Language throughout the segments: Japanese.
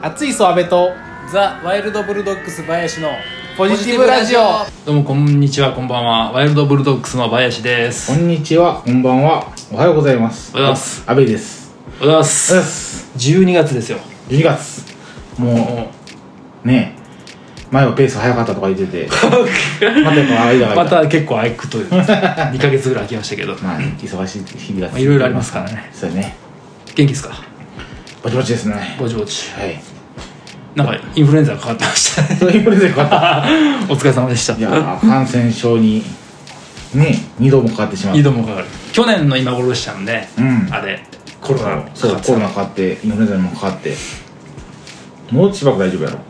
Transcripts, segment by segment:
熱いそ阿部とザ・ワイルドブルドッグス林のポジティブラジオ。 どうもこんにちは、こんばんは。ワイルドブルドッグスの林です。 こんにちは、こんばんは。おはようございます。 おはようございます。 阿部です。 おはようございます。12月ですよ。 12月もうねえ、前はペース早かったとか言っててまた結構空くという2ヶ月ぐらい空きましたけどまあ忙しい日々がいろいろありますからね。 そうね。 元気ですか？ ぼちぼちですね。 ぼちぼち。 はい。 なんかインフルエンザがかかってましたね。 そうインフルエンザがかかったお疲れ様でした。 いや感染症にね2度もかかってしまった。 2度もかかる。去年の今頃でしたんで、あれコロナかかってインフルエンザにもかかってもうしばらく大丈夫やろ。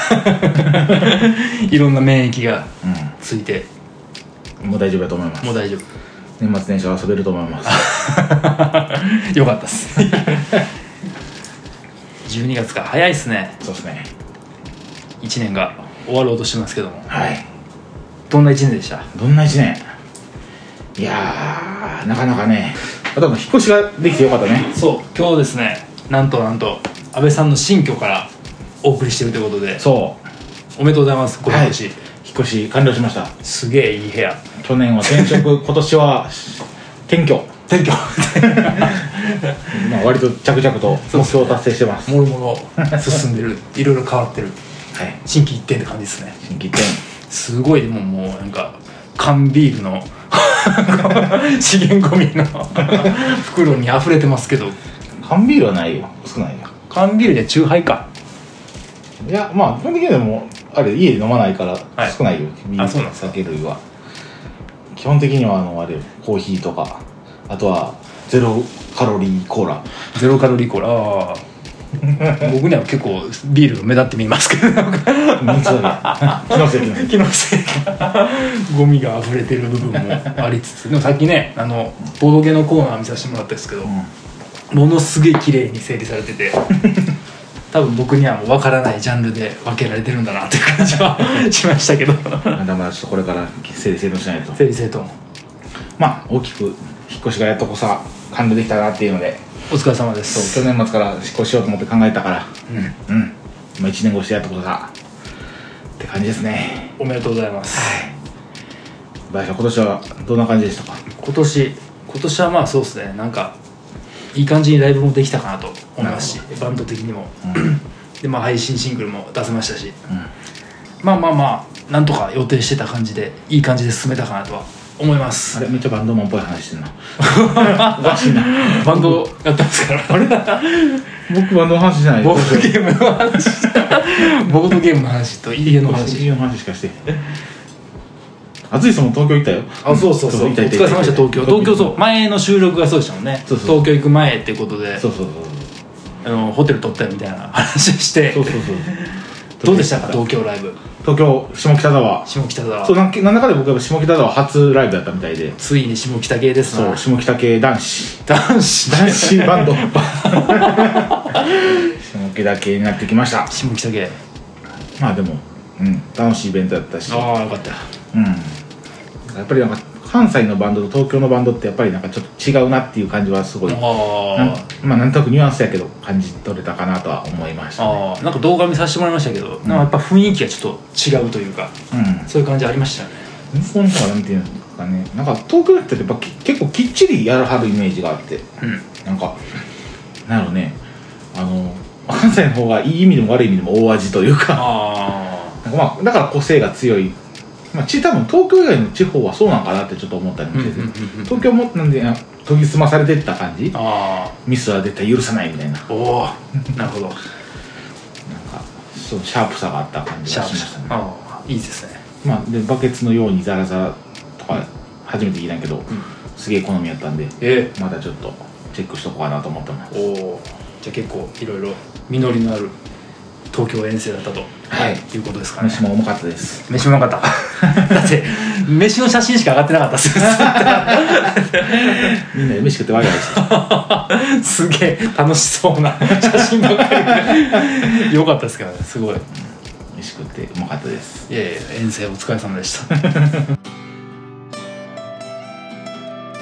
いろんな免疫がついて、 もう大丈夫だと思います。 もう大丈夫。 年末年始は遊べると思います。 よかったっす。12月か、早いっすね。 そうですね。 1年が終わろうとしてますけども、 はい。 どんな1年でした？ どんな1年？いやー、なかなかね。あと引っ越しができてよかったね。 そう、今日ですね、なんと安倍さんの新居からお送りしてるということで、 そうおめでとうございます。これ引っ越し、 引っ越し完了しました。 すげえいい部屋。 去年は転職今年は転居まあ割と着々と目標を達成してます。 もろもろ進んでる。いろいろ変わってる。 はい。 心機一転って感じですね。 心機一転。 すごい。もうなんか缶ビールの資源ゴミの袋に溢れてますけど、 缶ビールはないよ。少ないよ。 缶ビールでチューハイか。 いやまあ基本的にはもうあれ家で飲まないから少ないよ、 ビール。あ、そうなんですか。 酒類は基本的にはあれコーヒーとか、あとはゼロカロリーコーラ。 ゼロカロリーコーラ。ああ僕には結構ビール目立って見ますけど 3つだけ気のせいゴミが溢れてる部分もありつつ、でもさっきねボードゲーのコーナー見させてもらったんですけど、ものすげえ綺麗に整理されてて多分僕にはもう分からないジャンルで分けられてるんだなっていう感じはしましたけどまだまだちょっとこれから整理整頓しないと。 整理整頓、 まあ大きく引っ越しがやっとこさ完了できたなっていうので、 お疲れ様です。 そう去年末から引っ越ししようと思って考えたからまあ1年越しでやっとこさって感じですね。 おめでとうございます。 はい。林さん今年はどんな感じでしたか？ 今年はまあそうですね、なんかいい感じにライブもできたかなと思いますし、バンド的にも、でまあ配信シングルも出せましたし、まあなんとか予定してた感じでいい感じで進めたかなとは思います。 あれめっちゃバンドマンっぽい話してんな。おかしいな。 バンドやってますから。あれ僕バンドの話じゃない。 ボードゲームの話。ボードゲームの話と家の話。 家の話しかして。暑い人も東京行ったよ。 あ、そう。お疲れ様でした。東京そう。前の収録がそうでしたもんね。東京行く前っていうことで。 そう。 ホテル取ったよみたいな話して。そう。どうでしたか東京ライブ？ 東京下北沢。そうなんだかで僕は下北沢初ライブだったみたいで。 ついに下北系ですな。 そう下北系男子バンド。下北系になってきました。 下北系。まあでも楽しいイベントだったし。 ああよかった。 やっぱりなんか関西のバンドと東京のバンドってやっぱりなんかちょっと違うなっていう感じはすごいなんとなくニュアンスやけど感じ取れたかなとは思いましたね。 なんか動画見させてもらいましたけど、なんかやっぱ雰囲気がちょっと違うというか、そういう感じありましたよね。 向こうの方はなんていうんですかね、なんか東京ってやっぱ結構きっちりやらはるイメージがあって、なんかなんやろうね、関西の方がいい意味でも悪い意味でも大味というか、なんかまあだから個性が強い。多分東京以外の地方はそうなんかなってちょっと思ったりもしてて、東京もなんで研ぎ澄まされてった感じ、ミスは絶対許さないみたいな。 おおなるほど。なんかそうシャープさがあった感じがしましたね。 いいですね。 でバケツのようにザラザラとか初めて聞いたけど、すげえ好みやったんで、またちょっとチェックしとこうかなと思ってます。 じゃあ結構いろいろ実りのある東京遠征だったと、いうことですかね。 飯もうまかったです。 飯もうまかっただって飯の写真しか上がってなかったっすみんなで飯食ってワイワイしてすげえ楽しそうな写真ばっかりよかったですからね。すごい飯食ってうまかったです。 いや遠征お疲れ様でした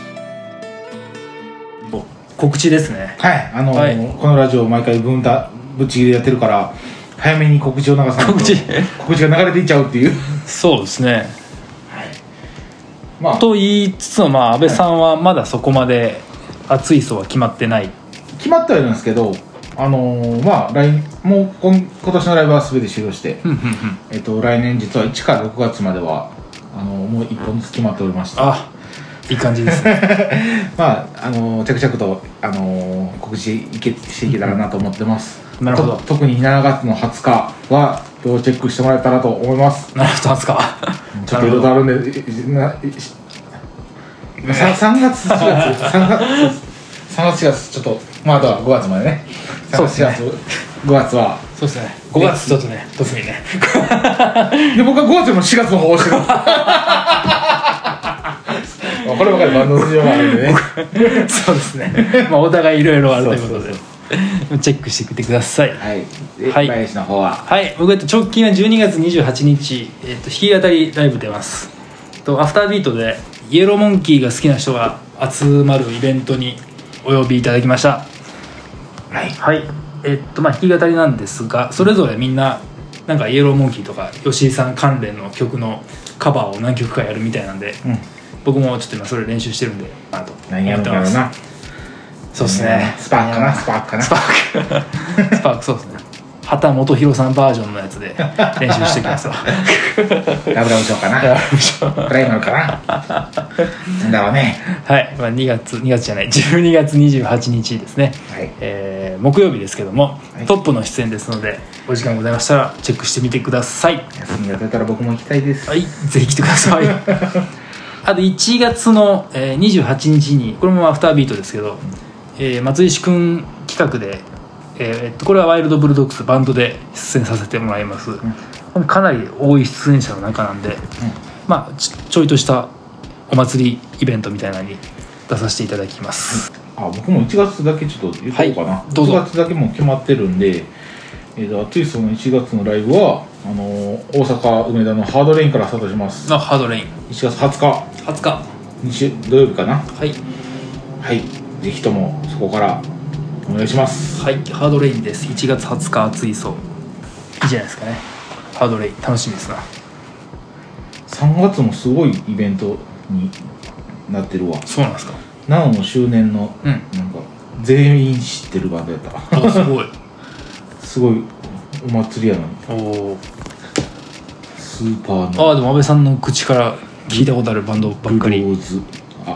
告知ですね。 はい、このラジオ毎回分ぶっちぎりでやってるから早めに告知を流さないと告知が流れていっちゃうっていうそうですね、 まあ、 と言いつつも、まあ、安倍さんはまだそこまで熱い層は決まってない、 決まってはいるんですけど、まあもう今年のライブは全て終了して来年実は1から6月まではもう1本ずつ決まっておりまして、 あ、いい感じですねまあ着々と告知していけたらなと思ってます。 なるほど。 特に7月の20日は要チェックしてもらえたらと思います。 7月20日ちょっといろいろあるんで3月4月ちょっとまああとは5月までね。 そうですね。 5月はそうですね。5月ちょっとね、特にね。 で僕は5月よりも4月の方をしてる。こればかりバンドの事情があるんでね。 そうですね。まあお互いいろいろあるということで、チェックしてきてください。 はい。 はい。 林の方は。 はい。僕直近は12月28日弾き語りライブ出ます。アフタービートでイエローモンキーが好きな人が集まるイベントにお呼びいただきました。 はい。 はい。まあ弾き語りなんですが、それぞれみんななんかイエローモンキーとか吉井さん関連の曲のカバーを何曲かやるみたいなんで、僕もちょっと今それ練習してるんでなと何やるんだろうな。 そうですね。 スパークかな。スパークそうですね。畑基博さんバージョンのやつで練習してきますわ。 ラブラブショーかな。プライマルかな。なんだろうね。 はい、まあ、2月じゃない12月28日ですね、はい、木曜日ですけども、はい、トップの出演ですのでお時間ございましたらチェックしてみてください。 休みが出たら僕も行きたいです。 はい、ぜひ来てください。あと1月の28日にこれもアフタービートですけど、松石くん企画でこれはワイルドブルドッグスバンドで出演させてもらいます、かなり多い出演者の中なんで、まあちょいとしたお祭りイベントみたいなのに出させていただきます。 僕も1月だけちょっと言っとこうかな、はい、どうぞ。1月だけもう決まってるんで、トイスの1月のライブは大阪梅田のハードレインからスタートします。 ハードレイン 1月20日土曜日かな。 はいはい、ぜひともそこからお願いします。 はい、ハードレインです。1月20日暑いそういいじゃないですかね。ハードレイン楽しみですな。 3月もすごいイベントになってるわ。 そうなんですか。 なおの周年の、なんか全員知ってるバンドやった。 すごいすごいお祭りやのに。 おスーパーのでも安倍さんの口から聞いたことあるバンドばっかり。 ブローズ、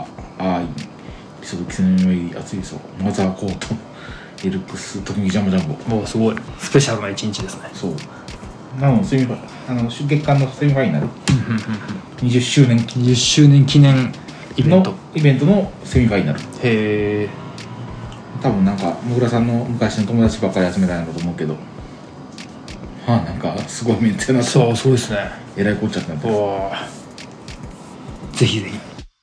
鈴木さんのより熱いそうマザーコート、エルクス、特にジャンボジャンボ。 すごいスペシャルな一日ですね。 そうなのセミファ月間のセミファイナル20周年記念イベントのセミファイナル。へえ。 多分なんかもぐらさんの昔の友達ばっかり集めたんだと思うけど、なんかすごいメンツやなと。 そうですね。 えらいこっちゃったんだ。 ぜひぜひ。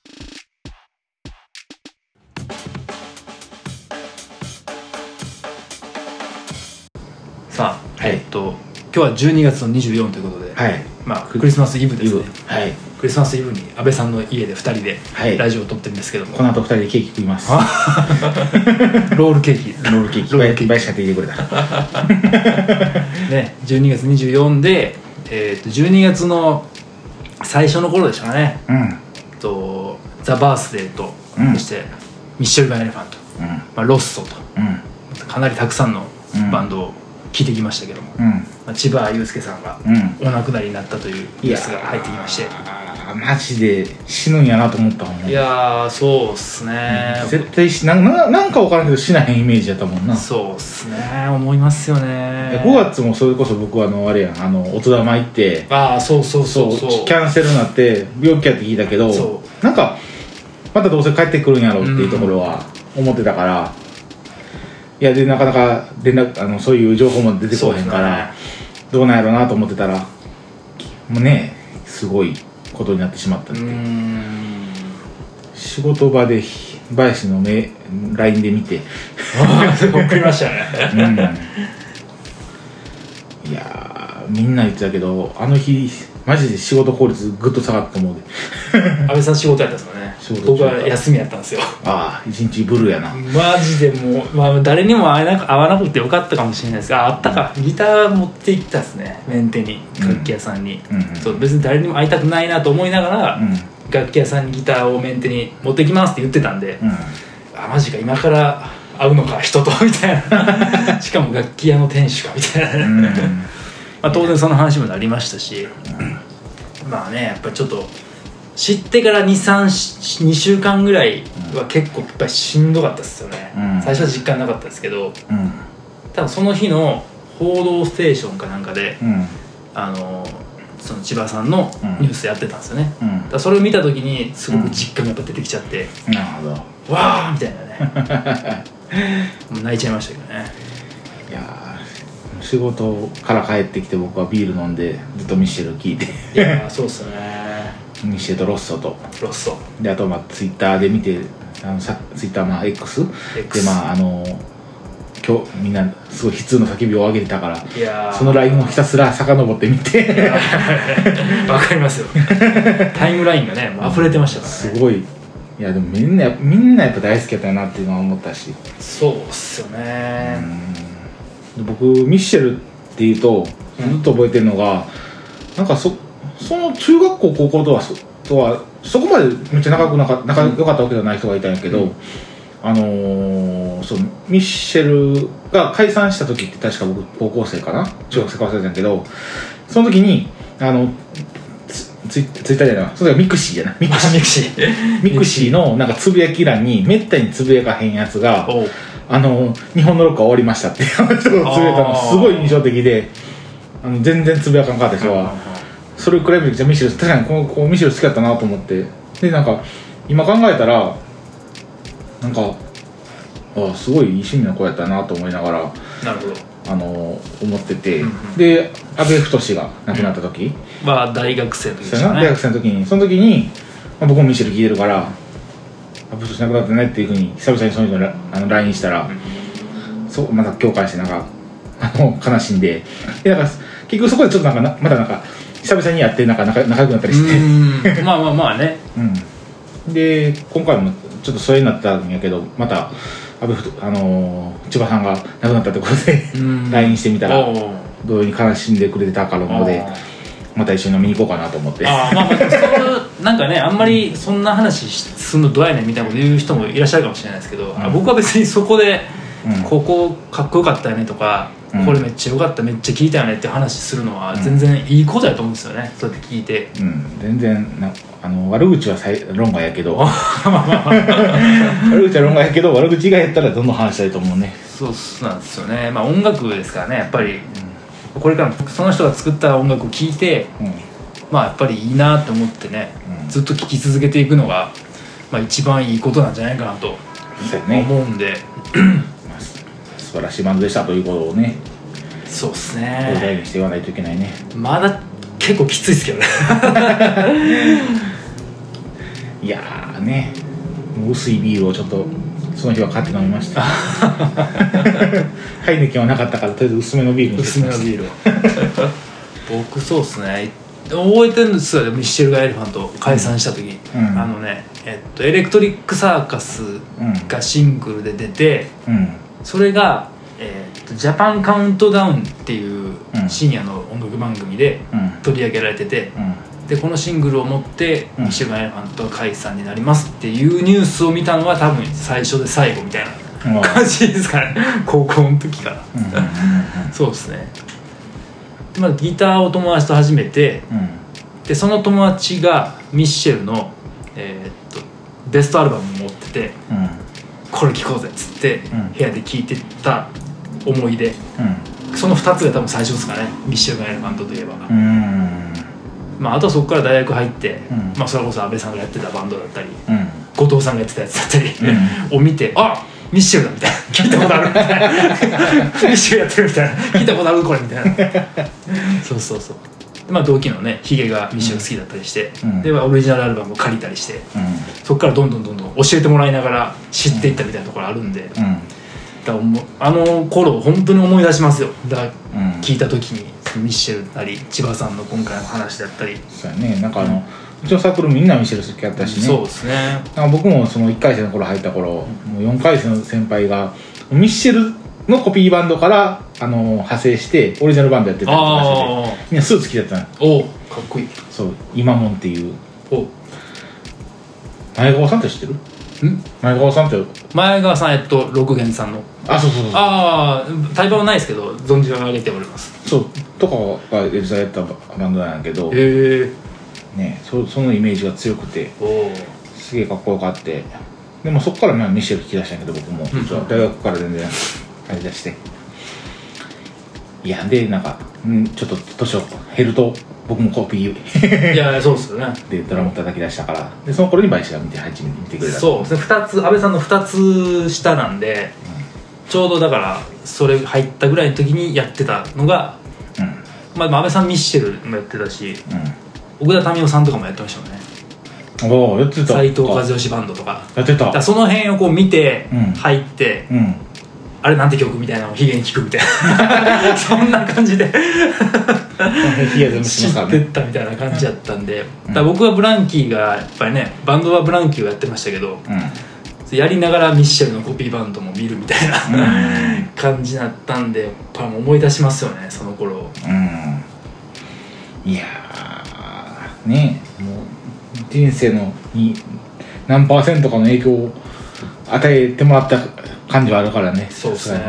さあ、今日は12月の24ということで、まあクリスマスイブですね。クリスマスイブに安倍さんの家で2人でラジオを撮ってるんですけども、 この後2人でケーキ食います。 ロールケーキ倍しか出てくれたね。12月24で、12月の最初の頃でしたかね。ザ・バースデーと、そしてミッシェル・ガン・エレファント、ロッソと、かなりたくさんのバンドを聞いてきましたけども、千葉雄介さんがお亡くなりになったというニュースが入ってきまして、 マジで死ぬんやなと思ったもんね。 いやそうっすね。 絶対なんか分からんけど死なへんイメージやったもんな。 そうっすね、思いますよね。 5月もそれこそ僕はあれやん、お戸玉行って、 そうキャンセルになって病気やって聞いたけど、なんかまたどうせ帰ってくるんやろうっていうところは思ってたから、いやでなかなか連絡そういう情報も出てこへんから、どうなんやろうなと思ってたら、もうねすごいことになってしまったんで、仕事場で林のLINE で見て送りましたね。 いやみんな言ってたけど、あの日マジで仕事効率ぐっと下がったと思うで。 安倍さん仕事やったんですかね。 僕は休みやったんですよ。 ああ、一日ブルーやな。 マジでもう、まあ、誰にも会わなくてよかったかもしれないですが、あったか、ギター持って行ったですね、メンテに、楽器屋さんに、そう別に誰にも会いたくないなと思いながら、楽器屋さんにギターをメンテに持ってきますって言ってたんで、あ、マジか、今から会うのか人とみたいなしかも楽器屋の店主かみたいな、まあ当然その話もなりましたし、まあね、やっぱりちょっと知ってから2週間ぐらいは結構やっぱりしんどかったですよね、最初は実感なかったですけど、多分その日の「報道ステーション」かなんかで、その千葉さんのニュースやってたんですよね、だからそれを見た時にすごく実感がやっぱ出てきちゃって、 なるほど、 わーみたいなねもう泣いちゃいましたけどね。 いや仕事から帰ってきて僕はビール飲んでずっとミッシェル聴いていやそうっすねミッシェルとロッソとロッソで、あとまあツイッターで見てツイッターまあ X でまあ今日みんなすごい悲痛の叫びを上げてたから、 いやそのラインをひたすら遡ってみてわかりますよタイムラインがねもう溢れてましたからね。 すごい、いやでもみんなやっぱ大好きだったなっていうのは思ったし、 そうっすよね。 僕ミッシェルっていうとずっと覚えてるのが、なんかその中学校高校とはそこまでめっちゃ仲良かったわけじゃない人がいたんやけど、そうミッシェルが解散した時って確か僕高校生かな中学生か忘れたんやけど、その時にツイッターじゃないそれがミクシーじゃないミクシーのなんかつぶやき欄にめったにつぶやかへんやつが日本のロックは終わりましたっていう話をつぶやいたのすごい印象的で、全然つぶやかんかった人はそれくらいじゃミシェル確かにこうミシェル好きだったなと思って、でなんか今考えたらなんかすごいいい趣味の子やったなと思いながらなるほど思ってて、で阿部太が亡くなった時、 大学生の時でしたね。 大学生の時にその時に、僕もミシェル聴いてるから阿部太亡くなったねっていうふうに久々にその人にLINE したら、また共感してなんか悲しんで、なんか結局そこでちょっとまたなんか久々にやってなんか仲良くなったりしてまあね、 で今回もちょっとそれになったんやけど、また千葉さんが亡くなったってことでLINE してみたらどういうふうに悲しんでくれてたからので、また一緒に飲みに行こうかなと思って。 なんかね、あんまりそんな話すんのどうやねんみたいなこと言う人もいらっしゃるかもしれないですけど、僕は別にそこでここかっこよかったよねとか、これめっちゃよかっためっちゃ聞いたよねって話するのは全然いいことだと思うんですよね、そうやって聞いて。 全然悪口は論外やけど悪口は論外やけど悪口以外やったらどんどん話したいと思うね。 そうなんですよね。音楽ですからね、やっぱりこれからもその人が作った音楽を聴いて、やっぱりいいなと思ってね、ずっと聴き続けていくのが、一番いいことなんじゃないかなと思うんで、 素晴らしいバンドでしたということをね、 そうっすね、 大事にして言わないといけないね。 まだ結構きついですけどねいやーね、もう薄いビールをちょっとその日は買って飲みましたハイネケンはなかったからとりあえず薄めのビールにしてました。薄めのビール僕そうっすね、覚えてるんですよ、ミッシェルガ・エレファント解散した時、エレクトリック・サーカスがシングルで出て、それが、ジャパンカウントダウンっていう深夜の音楽番組で取り上げられてて、でこのシングルを持ってミッシェルガ・エレファントが解散になりますっていうニュースを見たのは多分最初で最後みたいな感じですかね高校の時からそうですね。ギターを友達と始めて、でその友達がミッシェルの、ベストアルバムを持ってて、これ聴こうぜっつって部屋で聴いてた思い出、その2つが多分最初ですかね、ミッシェルガ・エレファントといえば。あとはそこから大学入って、それこそ安倍さんがやってたバンドだったり、後藤さんがやってたやつだったり、を見て、ミッシェルだみたいな、聞いたことあるみたいなミッシェルやってるみたいな、聞いたことあるこれみたいなそうで同期のねヒゲがミッシェル好きだったりして、でオリジナルアルバムを借りたりして、そこからどんどん教えてもらいながら知っていったみたいなところあるんで、だからあの頃本当に思い出しますよ。だから聞いた時にミッシェルなり千葉さんの今回の話だったり。 そうやね、なんかうちのサークルみんなミシェル好きやったしね。 そうですね。 なんか僕もその1回生の頃入った頃、もう4回生の先輩がミッシェルのコピーバンドから派生してオリジナルバンドやってたりとかしてて、みんなスーツ着てたの。 おかっこいい。 そう、今もんっていう。 お前川さんって知ってる？前川さんって前川さん六元さんの。 そうそうそう。 ああ、対バンはないですけど存じ上げております。 そうとかが実際やったバンドなんやけど、ね、そのイメージが強くてすげえかっこよかって、でもそこからミシェル聞き出したんやけど、僕も実は大学から全然やりだして、いやでなんかちょっと年を減ると僕もコピーいやそうですよねでドラム叩き出したから、でその頃に林が見てくれた。 そうですね、安倍さんの2つ下なんで、ちょうどだからそれ入ったぐらいの時にやってたのが、安倍さんミッシェルもやってたし、奥田民生さんとかもやってましたよね。 やってた。 斉藤和義バンドとかやってた。 だその辺をこう見て入って、あれなんて曲みたいなのをヒゲに聞くみたいなそんな感じで知ってったみたいな感じやったんで、だから僕はブランキーがやっぱりね、バンドはブランキーをやってましたけど、やりながらミッシェルのコピーバンドも見るみたいな感じだったんで、やっぱ思い出しますよね、その頃。 いやーね、もう人生の何%かの影響を与えてもらった感じはあるからね。 そうですね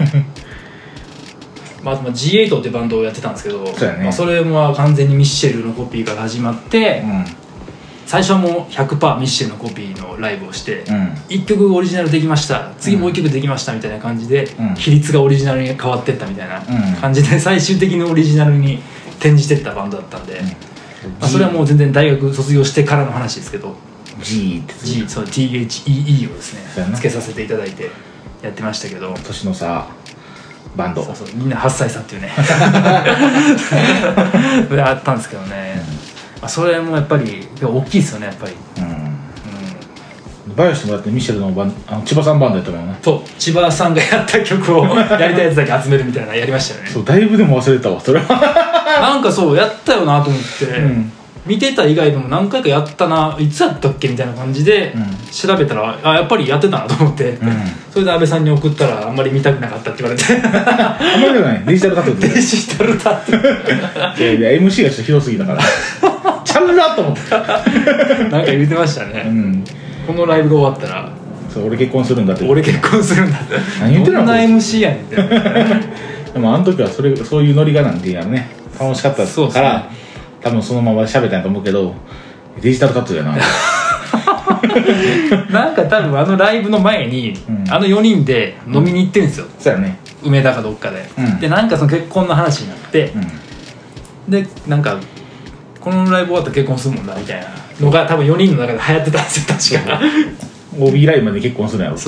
あとG8 ってバンドをやってたんですけど、それも完全にミッシェルのコピーから始まって、最初はもう 100% ミッシェルのコピーのライブをして、1曲オリジナルできました、次もう1曲できましたみたいな感じで、比率がオリジナルに変わってったみたいな感じで、最終的にオリジナルに転じてったバンドだったんで、それはもう全然大学卒業してからの話ですけど、 そう THEE をですねつけさせていただいてやってましたけど、 年の差バンド、 そうみんな8歳差っていうねそれあったんですけどね、それもやっぱり大きいですよね、やっぱり。 バイオシもだってミシェルの千葉さんバンドやったもんね。 そう、千葉さんがやった曲をやりたいやつだけ集めるみたいなやりましたよね。 そう、だいぶでも忘れたわそれはなんかそうやったよなと思って、見てた以外でも何回かやったな、いつやったっけみたいな感じで調べたら、やっぱりやってたなと思って、それで安倍さんに送ったらあんまり見たくなかったって言われてあんまりじゃない、デジタルタトゥーデジタルタトゥーいや MC がちょっとひどすぎたからちゃうなと思ってなんか言ってましたね、このライブが終わったら俺結婚するんだって、 俺結婚するんだって何言ってるの、 どんな MC やねんってでもあの時はそういうノリがなんていうのね、楽しかったから、多分そのまま喋ったんやと思うけど、デジタルタトゥーやななんか多分あのライブの前に、あの4人で飲みに行ってるんですよ、 そうやね、 梅田かどっかで、でなんかその結婚の話になって、でなんかこのライブ終わったら結婚するもんなみたいなのが多分4人の中で流行ってたんですよ、確か OB ライブまで結婚するんやろ。 そう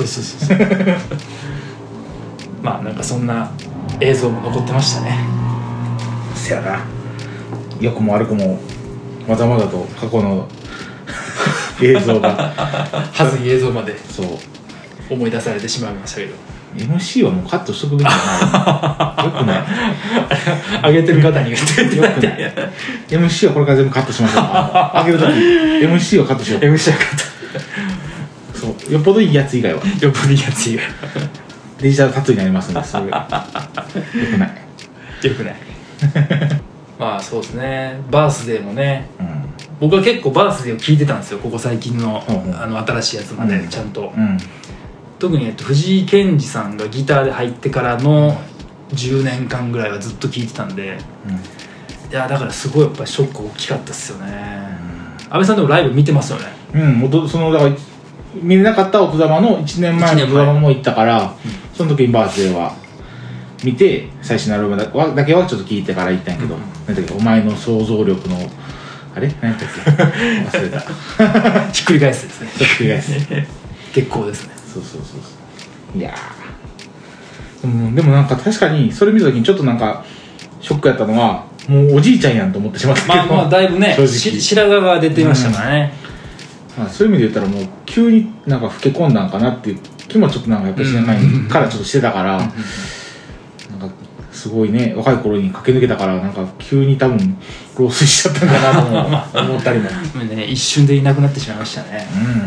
まあなんかそんな映像も残ってましたね。 せやな、良くも悪くもまざまざと過去の映像がはずい映像までそう思い出されてしまいましたけど、 MC はもうカットしとくべきじゃないよくない上げてる方に言っていただいて MC はこれから全部カットしましょう上げるとき MC をカットしよう。 MC はカット、そうよっぽどいいやつ以外は、 トよっぽどいいやつ以外デジタルタトゥーになりますんで、それよくないよくないまあそうですね、バースデーもね、僕は結構バースデーを聞いてたんですよ、ここ最近の、新しいやつまでちゃんと、特に藤井健二さんがギターで入ってからの10年間ぐらいはずっと聴いてたんで、いやだからすごいやっぱりショック大きかったっすよね。安倍さんでもライブ見てますよね。 そのだから見れなかった音玉の1年前の音玉も行ったから、その時にバースデーは見て、最新のアルバムだけはちょっと聞いてから行ったんやけど、なんだっけ、お前の想像力のあれ何だっけ忘れたひっくり返すですね。 ひっくり返す結構ですね。 そういやー、でもなんか確かにそれ見た時にちょっとなんかショックやったのは、もうおじいちゃんやんと思ってしまったけど、 まあだいぶね、白髪が出てましたからね、 そういう意味で言ったらもう急になんか老け込んだんかなっていう気もちょっとなんかやっぱり1年前からちょっとしてたから、なんかすごいね、若い頃に駆け抜けたからなんか急に多分老衰しちゃったんだなとも思ったりもね、一瞬でいなくなってしまいましたね。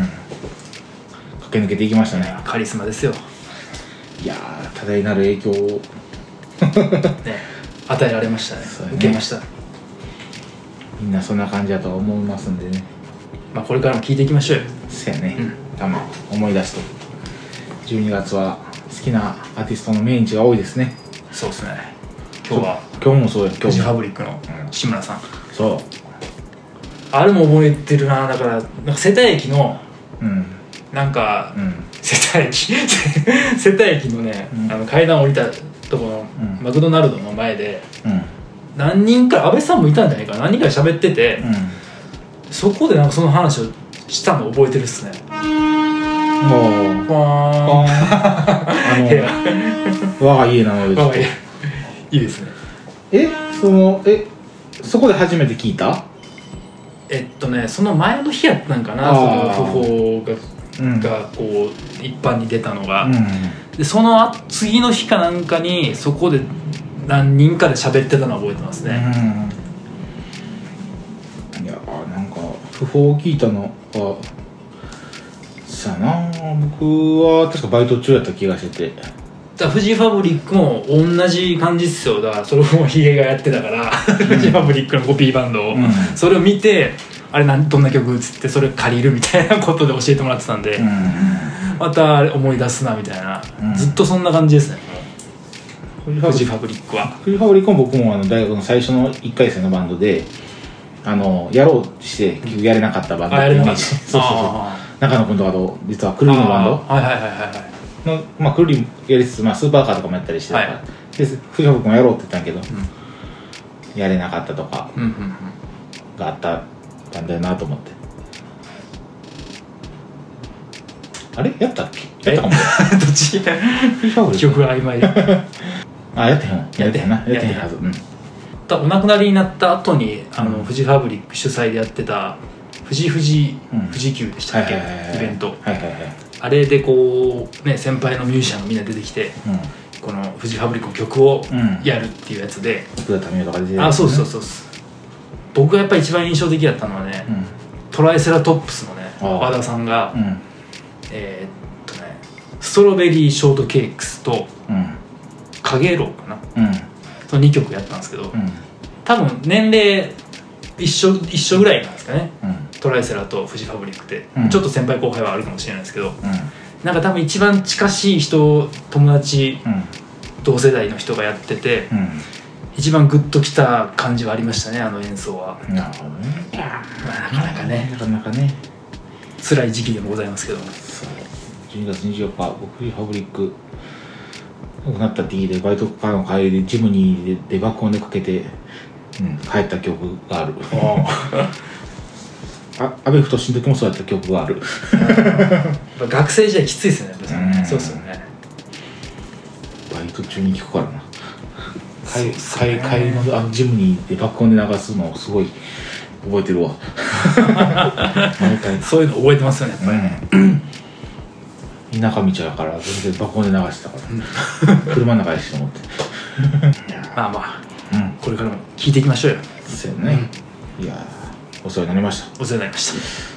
駆け抜けていきましたね。 カリスマですよ。 いやー、多大なる影響を与えられましたね。受けました。 みんなそんな感じだと思いますんでね。 これからも聞いていきましょうよ。 そうやね、多分思い出すと12月は好きなアーティストの命日が多いですね。 そうですね。今日もそうよ。 フジファブリックの志村さん、 そうあれも覚えてるな。だからなんか瀬田駅のなんか、瀬田駅のね、階段降りたとこのマクドナルドの前で、何人か安倍さんもいたんじゃないかな、何人か喋ってて、そこでなんかその話をしたの覚えてるっすね。もう我が家なのでいいですね。 そこで初めて聞いた？ その前の日やったんかな、その訃報がこう一般に出たのが、でその次の日かなんかにそこで何人かで喋ってたのは覚えてますね。 いやなんか訃報を聞いたのはさあな、僕は確かバイト中やった気がしてて、 だフジファブリックも同じ感じっすよ。だからそれもヒゲがやってたからフジファブリックのコピーバンドを、それを見てあれどんな曲っつってそれ借りるみたいなことで教えてもらってたんで、また思い出すなみたいな、ずっとそんな感じですね。フジファブリックはも僕も大学の最初の1回生のバンドでやろうとして結局やれなかったバンドっていうイメージ。そう中野君とかと実はクルリのバンドのクルリやりつつ、スーパーカーとかもやったりしてたから、でフジファブリックもやろうって言ったんやけど、やれなかったとかがあったんだよなと思って。あれやったっけ？やったかも。 どっち？記憶が曖昧。 やってへんはず。 お亡くなりになった後にフジファブリック主催でやってた富士急でしたっけ、イベント。あれでこうね、先輩のミュージシャンがみんな出てきて、このフジファブリックの曲をやるっていうやつで、 福田民生とか出てる。 そう僕がやっぱり一番印象的だったのはね、トライセラトップスのね和田さんがストロベリーショートケーキスとかげろうかな、その2曲やったんですけど、多分年齢一緒ぐらいなんですかね、トライセラとフジファブリックって、ちょっと先輩後輩はあるかもしれないですけど、なんか多分一番近しい人、友達、同世代の人がやってて、一番グッときた感じはありましたね、あの演奏は。 なるほどね。 なかなかね辛い時期でもございますけども。 12月24日僕フジファブリック亡くなったって聞いて、バイトからの帰りでジムにで爆音でかけて、帰った記憶がある。阿部太の時もそうやった記憶がある。 学生時代きついですよね。そうですよね。 バイト中に聞くからな。帰りのジムにで爆音で流すのをすごい覚えてるわ。毎回そういうの覚えてますよね、やっぱりね。 田舎道やから全然爆音で流してたから車の中でして思って。 これからも聞いていきましょうよ。 そうやね。いやお世話になりました。 お世話になりました。